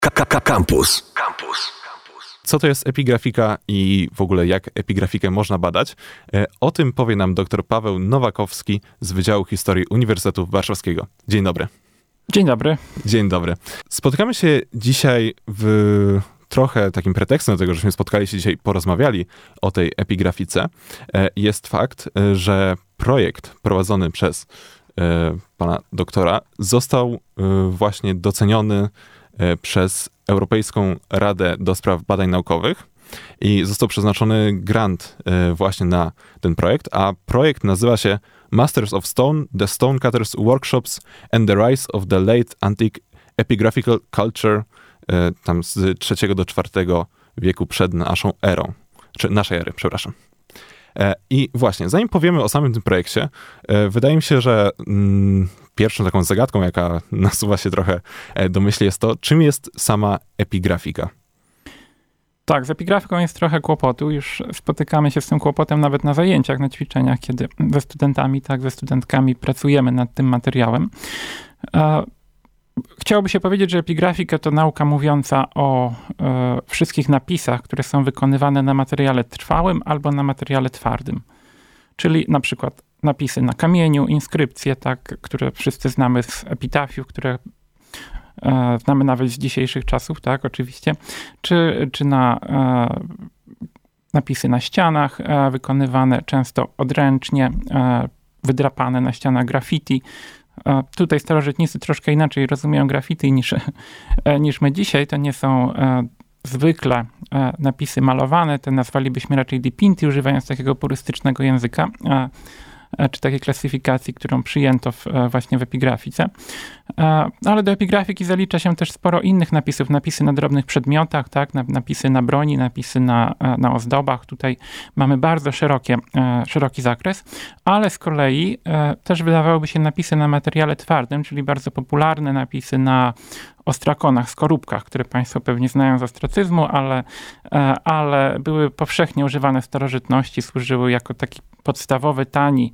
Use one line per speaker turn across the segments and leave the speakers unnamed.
Campus.
Co to jest epigrafika i w ogóle jak epigrafikę można badać? O tym powie nam dr Paweł Nowakowski z Wydziału Historii Uniwersytetu Warszawskiego. Dzień dobry.
Dzień dobry.
Dzień dobry. Spotykamy się dzisiaj w trochę takim pretekstem do tego, żeśmy spotkali się dzisiaj, porozmawiali o tej epigrafice. Jest fakt, że projekt prowadzony przez pana doktora został właśnie doceniony przez Europejską Radę do Spraw Badań Naukowych i został przeznaczony grant właśnie na ten projekt, a projekt nazywa się Masters of Stone, The Stonecutters Workshops and the Rise of the Late Antique Epigraphical Culture tam z III do IV wieku przed naszą erą, czy naszej ery, przepraszam. I właśnie, zanim powiemy o samym tym projekcie, wydaje mi się, że pierwszą taką zagadką, jaka nasuwa się trochę do myśli, jest to, czym jest sama epigrafika.
Tak, z epigrafiką jest trochę kłopotu. Już spotykamy się z tym kłopotem nawet na zajęciach, na ćwiczeniach, kiedy ze studentami, tak, ze studentkami pracujemy nad tym materiałem. Chciałoby się powiedzieć, że epigrafika to nauka mówiąca o wszystkich napisach, które są wykonywane na materiale trwałym albo na materiale twardym. Czyli na przykład napisy na kamieniu, inskrypcje, tak, które wszyscy znamy z epitafiów, które znamy nawet z dzisiejszych czasów, tak, oczywiście, czy na napisy na ścianach, wykonywane często odręcznie, wydrapane na ścianach graffiti. Tutaj starożytnicy troszkę inaczej rozumieją graffiti niż my dzisiaj. To nie są zwykle napisy malowane, te nazwalibyśmy raczej dipinti, używając takiego purystycznego języka, czy takiej klasyfikacji, którą przyjęto właśnie w epigrafice. Ale do epigrafiki zalicza się też sporo innych napisów. Napisy na drobnych przedmiotach, tak? Napisy na broni, napisy na ozdobach. Tutaj mamy bardzo szeroki zakres, ale z kolei też wydawałoby się napisy na materiale twardym, czyli bardzo popularne napisy na ostrakonach, skorupkach, które państwo pewnie znają z ostracyzmu, ale były powszechnie używane w starożytności, służyły jako taki podstawowy, tani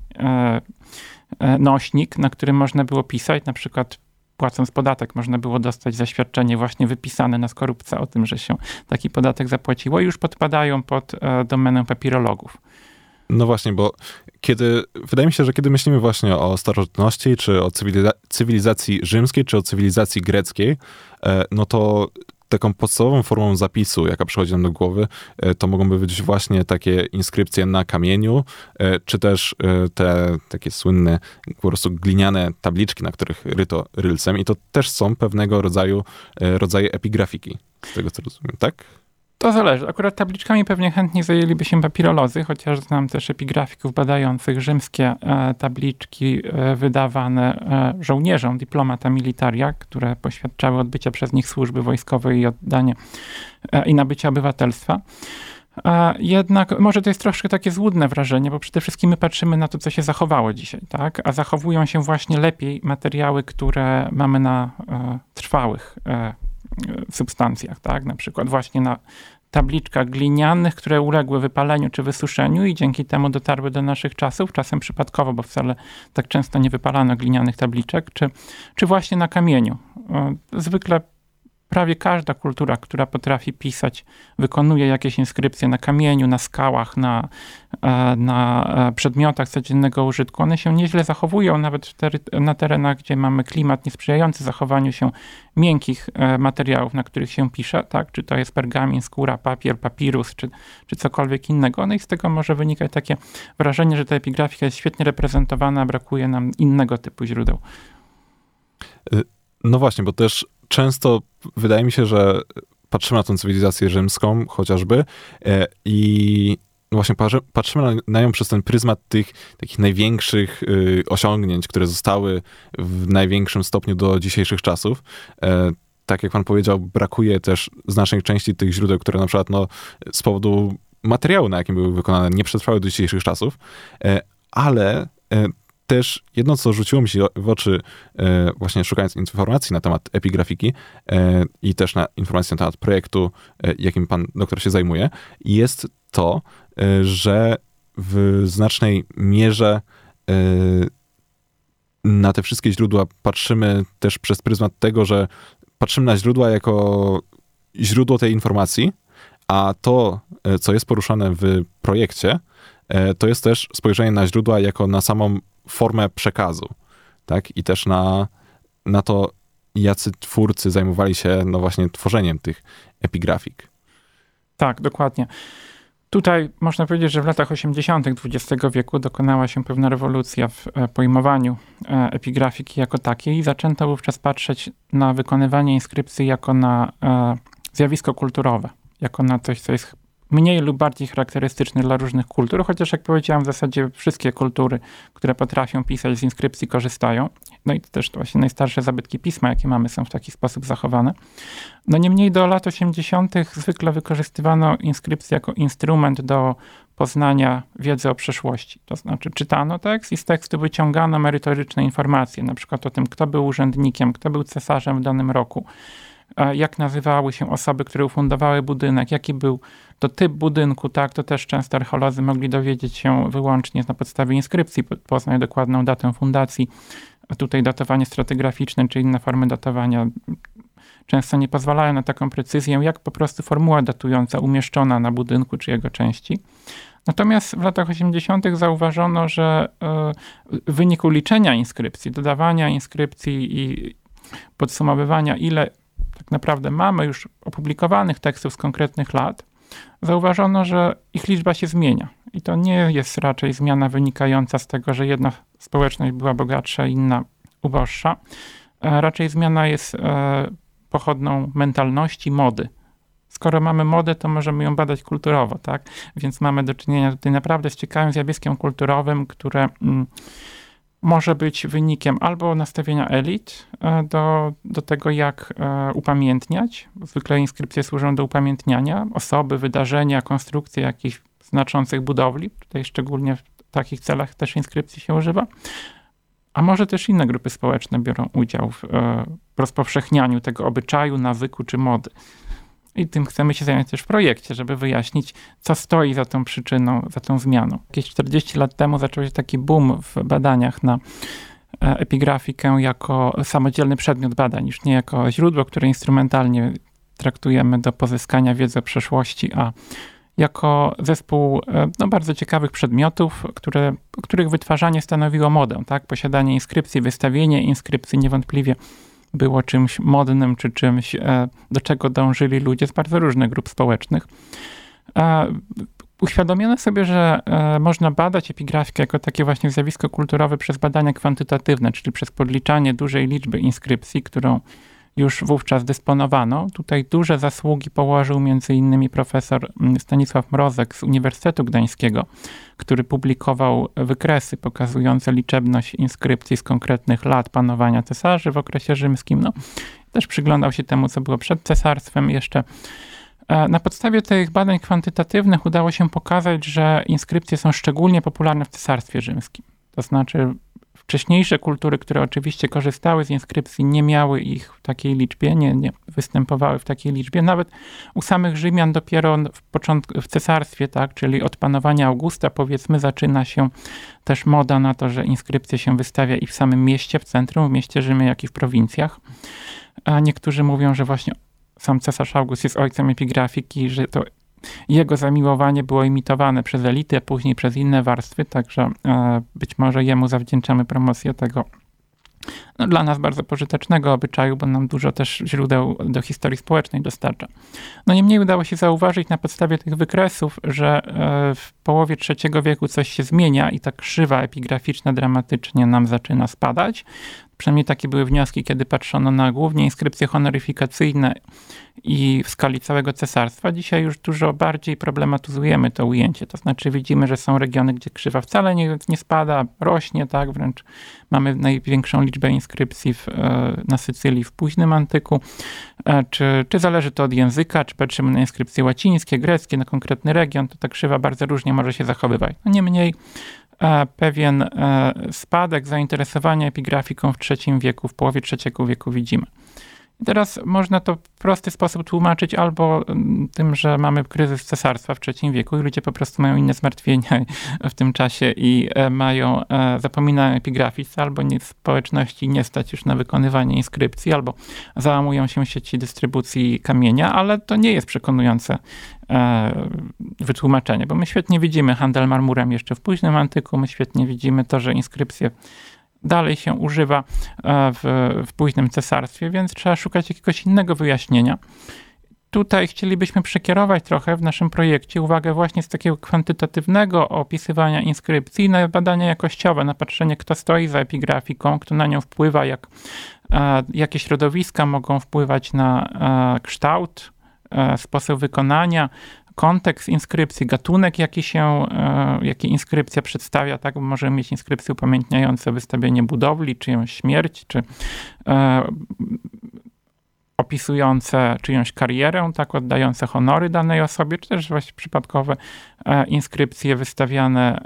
nośnik, na którym można było pisać, na przykład płacąc podatek można było dostać zaświadczenie właśnie wypisane na skorupce o tym, że się taki podatek zapłaciło i już podpadają pod domenę papirologów.
No właśnie, bo wydaje mi się, że kiedy myślimy właśnie o starożytności, czy o cywilizacji rzymskiej, czy o cywilizacji greckiej, no to taką podstawową formą zapisu, jaka przychodzi nam do głowy, to mogą być właśnie takie inskrypcje na kamieniu, czy też te takie słynne, po prostu gliniane tabliczki, na których ryto rylcem i to też są pewnego rodzaje epigrafiki, z tego co rozumiem, tak?
To zależy. Akurat tabliczkami pewnie chętnie zajęliby się papirolodzy, chociaż znam też epigrafików badających rzymskie tabliczki wydawane żołnierzom diplomata militaria, które poświadczały odbycia przez nich służby wojskowej i nabycia obywatelstwa. Jednak może to jest troszkę takie złudne wrażenie, bo przede wszystkim my patrzymy na to, co się zachowało dzisiaj, tak? A zachowują się właśnie lepiej materiały, które mamy na trwałych substancjach, tak? Na przykład właśnie na tabliczkach glinianych, które uległy wypaleniu czy wysuszeniu i dzięki temu dotarły do naszych czasów, czasem przypadkowo, bo wcale tak często nie wypalano glinianych tabliczek, czy właśnie na kamieniu. Zwykle prawie każda kultura, która potrafi pisać, wykonuje jakieś inskrypcje na kamieniu, na skałach, na przedmiotach codziennego użytku. One się nieźle zachowują, nawet na terenach, gdzie mamy klimat niesprzyjający zachowaniu się miękkich materiałów, na których się pisze, tak? Czy to jest pergamin, skóra, papier, papirus, czy cokolwiek innego. No i z tego może wynikać takie wrażenie, że ta epigrafika jest świetnie reprezentowana, a brakuje nam innego typu źródeł.
No właśnie, bo też często wydaje mi się, że patrzymy na tę cywilizację rzymską chociażby i właśnie patrzymy na nią przez ten pryzmat tych takich największych osiągnięć, które zostały w największym stopniu do dzisiejszych czasów. Tak jak pan powiedział, brakuje też znacznej części tych źródeł, które na przykład z powodu materiału, na jakim były wykonane, nie przetrwały do dzisiejszych czasów, ale też jedno, co rzuciło mi się w oczy właśnie szukając informacji na temat epigrafiki i też na informacji na temat projektu, jakim pan doktor się zajmuje, jest to, że w znacznej mierze na te wszystkie źródła patrzymy też przez pryzmat tego, że patrzymy na źródła jako źródło tej informacji, a to, co jest poruszane w projekcie, to jest też spojrzenie na źródła jako na samą formę przekazu, tak? I też na to, jacy twórcy zajmowali się, no właśnie, tworzeniem tych epigrafik.
Tak, dokładnie. Tutaj można powiedzieć, że w latach 80. XX wieku dokonała się pewna rewolucja w pojmowaniu epigrafiki jako takiej i zaczęto wówczas patrzeć na wykonywanie inskrypcji jako na zjawisko kulturowe, jako na coś, co jest mniej lub bardziej charakterystyczne dla różnych kultur, chociaż jak powiedziałem, w zasadzie wszystkie kultury, które potrafią pisać z inskrypcji, korzystają. No i też właśnie najstarsze zabytki pisma, jakie mamy, są w taki sposób zachowane. No niemniej do lat 80. zwykle wykorzystywano inskrypcję jako instrument do poznania wiedzy o przeszłości. To znaczy czytano tekst i z tekstu wyciągano merytoryczne informacje, na przykład o tym, kto był urzędnikiem, kto był cesarzem w danym roku, jak nazywały się osoby, które ufundowały budynek, jaki był to typ budynku, tak, to też często archeolodzy mogli dowiedzieć się wyłącznie na podstawie inskrypcji, poznać dokładną datę fundacji. A tutaj datowanie stratigraficzne czy inne formy datowania często nie pozwalają na taką precyzję, jak po prostu formuła datująca umieszczona na budynku czy jego części. Natomiast w latach 80. zauważono, że w wyniku liczenia inskrypcji, dodawania inskrypcji i podsumowywania, ile tak naprawdę mamy już opublikowanych tekstów z konkretnych lat, zauważono, że ich liczba się zmienia. I to nie jest raczej zmiana wynikająca z tego, że jedna społeczność była bogatsza, inna uboższa. Raczej zmiana jest pochodną mentalności, mody. Skoro mamy modę, to możemy ją badać kulturowo, tak? Więc mamy do czynienia tutaj naprawdę z ciekawym zjawiskiem kulturowym, które może być wynikiem albo nastawienia elit do tego, jak upamiętniać. Zwykle inskrypcje służą do upamiętniania osoby, wydarzenia, konstrukcji jakichś znaczących budowli. Tutaj szczególnie w takich celach też inskrypcji się używa. A może też inne grupy społeczne biorą udział w rozpowszechnianiu tego obyczaju, nawyku czy mody. I tym chcemy się zająć też w projekcie, żeby wyjaśnić, co stoi za tą przyczyną, za tą zmianą. Jakieś 40 lat temu zaczął się taki boom w badaniach na epigrafikę jako samodzielny przedmiot badań, już nie jako źródło, które instrumentalnie traktujemy do pozyskania wiedzy o przeszłości, a jako zespół bardzo ciekawych przedmiotów, których wytwarzanie stanowiło modę. Tak? Posiadanie inskrypcji, wystawienie inskrypcji niewątpliwie było czymś modnym, czy czymś, do czego dążyli ludzie z bardzo różnych grup społecznych. Uświadomiono sobie, że można badać epigrafikę jako takie właśnie zjawisko kulturowe przez badania kwantytatywne, czyli przez podliczanie dużej liczby inskrypcji, którą już wówczas dysponowano. Tutaj duże zasługi położył m.in. profesor Stanisław Mrozek z Uniwersytetu Gdańskiego, który publikował wykresy pokazujące liczebność inskrypcji z konkretnych lat panowania cesarzy w okresie rzymskim. No, też przyglądał się temu, co było przed cesarstwem jeszcze. Na podstawie tych badań kwantytatywnych udało się pokazać, że inskrypcje są szczególnie popularne w cesarstwie rzymskim. To znaczy wcześniejsze kultury, które oczywiście korzystały z inskrypcji, nie miały ich w takiej liczbie, nie występowały w takiej liczbie. Nawet u samych Rzymian dopiero w cesarstwie, tak, czyli od panowania Augusta, powiedzmy, zaczyna się też moda na to, że inskrypcje się wystawia i w samym mieście, w centrum, w mieście Rzymu, jak i w prowincjach. A niektórzy mówią, że właśnie sam cesarz August jest ojcem epigrafiki, że to jego zamiłowanie było imitowane przez elity, a później przez inne warstwy, także być może jemu zawdzięczamy promocję tego dla nas bardzo pożytecznego obyczaju, bo nam dużo też źródeł do historii społecznej dostarcza. No niemniej udało się zauważyć na podstawie tych wykresów, że w połowie III wieku coś się zmienia i ta krzywa epigraficzna dramatycznie nam zaczyna spadać. Przynajmniej takie były wnioski, kiedy patrzono na głównie inskrypcje honoryfikacyjne i w skali całego cesarstwa. Dzisiaj już dużo bardziej problematyzujemy to ujęcie. To znaczy widzimy, że są regiony, gdzie krzywa wcale nie spada, rośnie, tak, wręcz mamy największą liczbę inskrypcji na Sycylii w późnym antyku. Czy zależy to od języka, czy patrzymy na inskrypcje łacińskie, greckie, na konkretny region, to ta krzywa bardzo różnie może się zachowywać. No niemniej pewien spadek zainteresowania epigrafiką w III wieku, w połowie III wieku widzimy. I teraz można to w prosty sposób tłumaczyć albo tym, że mamy kryzys cesarstwa w III wieku i ludzie po prostu mają inne zmartwienia w tym czasie i zapominają epigraficy, albo społeczności nie stać już na wykonywanie inskrypcji, albo załamują się sieci dystrybucji kamienia, ale to nie jest przekonujące wytłumaczenie, bo my świetnie widzimy handel marmurem jeszcze w późnym antyku, my świetnie widzimy to, że inskrypcje dalej się używa w późnym cesarstwie, więc trzeba szukać jakiegoś innego wyjaśnienia. Tutaj chcielibyśmy przekierować trochę w naszym projekcie uwagę właśnie z takiego kwantytatywnego opisywania inskrypcji na badania jakościowe, na patrzenie, kto stoi za epigrafiką, kto na nią wpływa, jakie środowiska mogą wpływać na kształt, sposób wykonania, kontekst inskrypcji, gatunek, jaki inskrypcja przedstawia, tak? Bo możemy mieć inskrypcje upamiętniające wystawienie budowli, czyjąś śmierć, czy opisujące czyjąś karierę, tak, oddające honory danej osobie, czy też właśnie przypadkowe inskrypcje wystawiane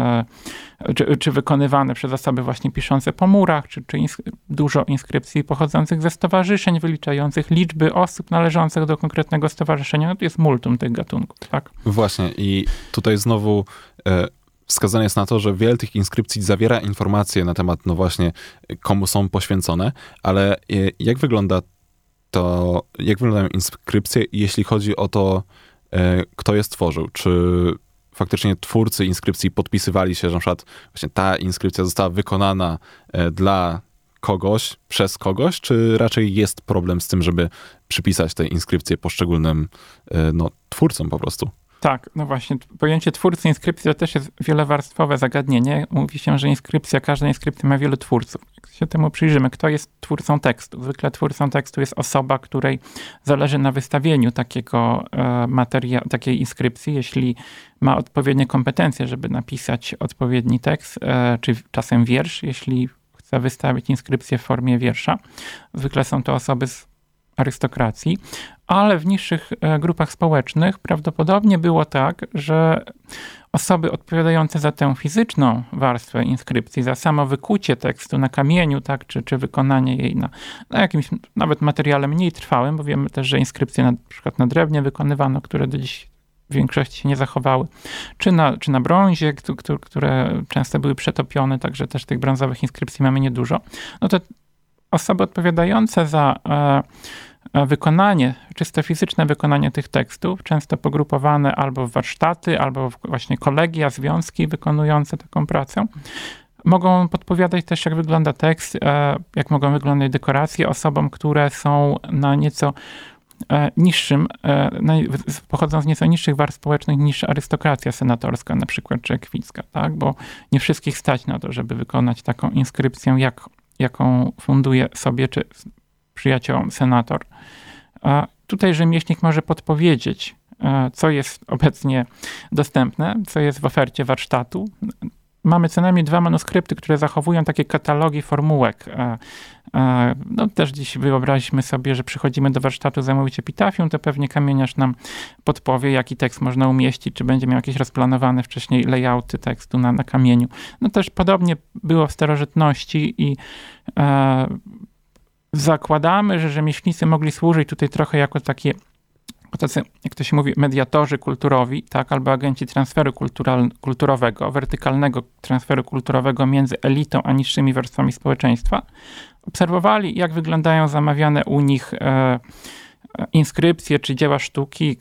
czy wykonywane przez osoby właśnie piszące po murach, czy dużo inskrypcji pochodzących ze stowarzyszeń, wyliczających liczby osób należących do konkretnego stowarzyszenia. No to jest multum tych gatunków, tak?
Właśnie i tutaj znowu wskazane jest na to, że wiele tych inskrypcji zawiera informacje na temat, no właśnie, komu są poświęcone, ale jak wyglądają inskrypcje, jeśli chodzi o to, kto je stworzył? Czy faktycznie twórcy inskrypcji podpisywali się, że na przykład właśnie ta inskrypcja została wykonana dla kogoś, przez kogoś, czy raczej jest problem z tym, żeby przypisać te inskrypcje poszczególnym twórcom po prostu?
Tak, no właśnie, pojęcie twórcy inskrypcji to też jest wielowarstwowe zagadnienie. Mówi się, że każda inskrypcja ma wielu twórców. Jak się temu przyjrzymy, kto jest twórcą tekstu? Zwykle twórcą tekstu jest osoba, której zależy na wystawieniu takiej inskrypcji, jeśli ma odpowiednie kompetencje, żeby napisać odpowiedni tekst, czy czasem wiersz, jeśli chce wystawić inskrypcję w formie wiersza. Zwykle są to osoby z arystokracji, ale w niższych grupach społecznych prawdopodobnie było tak, że osoby odpowiadające za tę fizyczną warstwę inskrypcji, za samo wykucie tekstu na kamieniu, tak, czy wykonanie jej na jakimś nawet materiale mniej trwałym, bo wiemy też, że inskrypcje na przykład na drewnie wykonywano, które do dziś w większości się nie zachowały, czy na brązie, które często były przetopione, także też tych brązowych inskrypcji mamy niedużo. No to osoby odpowiadające za wykonanie, czysto fizyczne wykonanie tych tekstów, często pogrupowane albo w warsztaty, albo właśnie kolegia, związki wykonujące taką pracę, mogą podpowiadać też, jak wygląda tekst, jak mogą wyglądać dekoracje osobom, które są na nieco niższym, pochodzą z nieco niższych warstw społecznych niż arystokracja senatorska na przykład, czy ekwicka, tak? Bo nie wszystkich stać na to, żeby wykonać taką inskrypcję, jaką funduje sobie czy przyjaciołom senator. Tutaj rzemieślnik może podpowiedzieć, co jest obecnie dostępne, co jest w ofercie warsztatu. Mamy co najmniej 2 manuskrypty, które zachowują takie katalogi formułek. No też dziś wyobraziliśmy sobie, że przychodzimy do warsztatu zamówić epitafium, to pewnie kamieniarz nam podpowie, jaki tekst można umieścić, czy będzie miał jakieś rozplanowane wcześniej layouty tekstu na kamieniu. No też podobnie było w starożytności i zakładamy, że rzemieślnicy mogli służyć tutaj trochę jako takie, tacy, jak to się mówi, mediatorzy kulturowi, tak, albo agenci transferu kulturowego, wertykalnego transferu kulturowego między elitą a niższymi warstwami społeczeństwa. Obserwowali, jak wyglądają zamawiane u nich inskrypcje czy dzieła sztuki,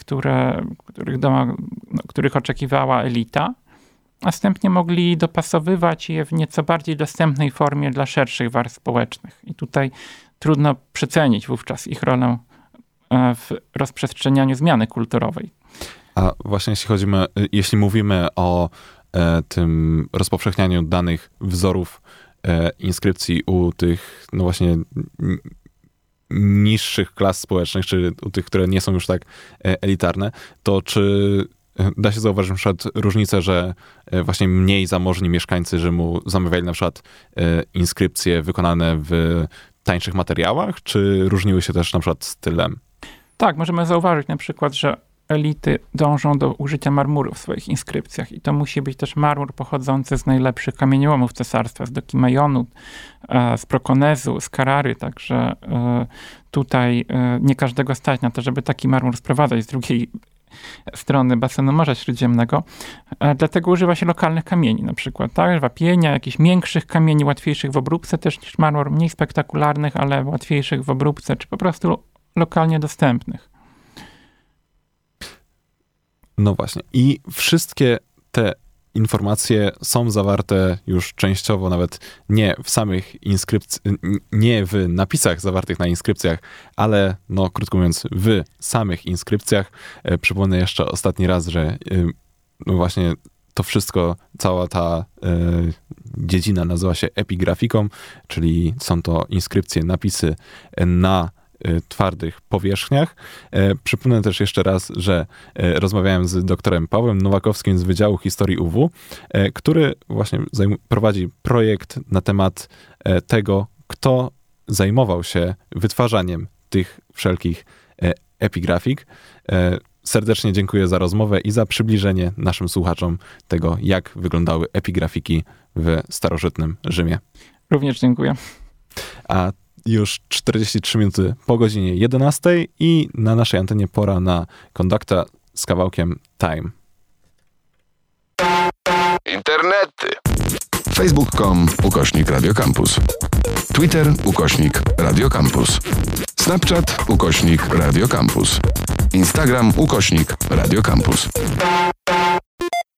których oczekiwała elita. Następnie mogli dopasowywać je w nieco bardziej dostępnej formie dla szerszych warstw społecznych. I tutaj trudno przecenić wówczas ich rolę w rozprzestrzenianiu zmiany kulturowej.
A właśnie jeśli mówimy o tym rozpowszechnianiu danych wzorów inskrypcji u tych, no właśnie, niższych klas społecznych, czy u tych, które nie są już tak elitarne, to czy da się zauważyć na przykład różnicę, że właśnie mniej zamożni mieszkańcy Rzymu zamawiali na przykład inskrypcje wykonane w tańszych materiałach, czy różniły się też na przykład stylem?
Tak, możemy zauważyć na przykład, że elity dążą do użycia marmuru w swoich inskrypcjach i to musi być też marmur pochodzący z najlepszych kamieniołomów cesarstwa, z Dokimaionu, z Prokonezu, z Carrary, także tutaj nie każdego stać na to, żeby taki marmur sprowadzać z drugiej strony basenu Morza Śródziemnego. Dlatego używa się lokalnych kamieni, na przykład wapienia, jakichś miększych kamieni, łatwiejszych w obróbce też niż marmur, mniej spektakularnych, ale łatwiejszych w obróbce, czy po prostu lokalnie dostępnych.
No właśnie. I wszystkie te informacje są zawarte już częściowo, nawet nie w samych nie w napisach zawartych na inskrypcjach, ale no krótko mówiąc w samych inskrypcjach. Przypomnę jeszcze ostatni raz, że no właśnie to wszystko, cała ta dziedzina nazywa się epigrafiką, czyli są to inskrypcje, napisy na twardych powierzchniach. Przypomnę też jeszcze raz, że rozmawiałem z doktorem Pawłem Nowakowskim z Wydziału Historii UW, który właśnie prowadzi projekt na temat tego, kto zajmował się wytwarzaniem tych wszelkich epigrafik. Serdecznie dziękuję za rozmowę i za przybliżenie naszym słuchaczom tego, jak wyglądały epigrafiki w starożytnym Rzymie.
Również dziękuję.
A już 43 minuty po godzinie 11 i na naszej antenie pora na Kondukta z kawałkiem Time.
Internety. Facebook.com/Radio Campus. Twitter /Radio Campus. Snapchat /Radio Campus. Instagram /Radio Campus.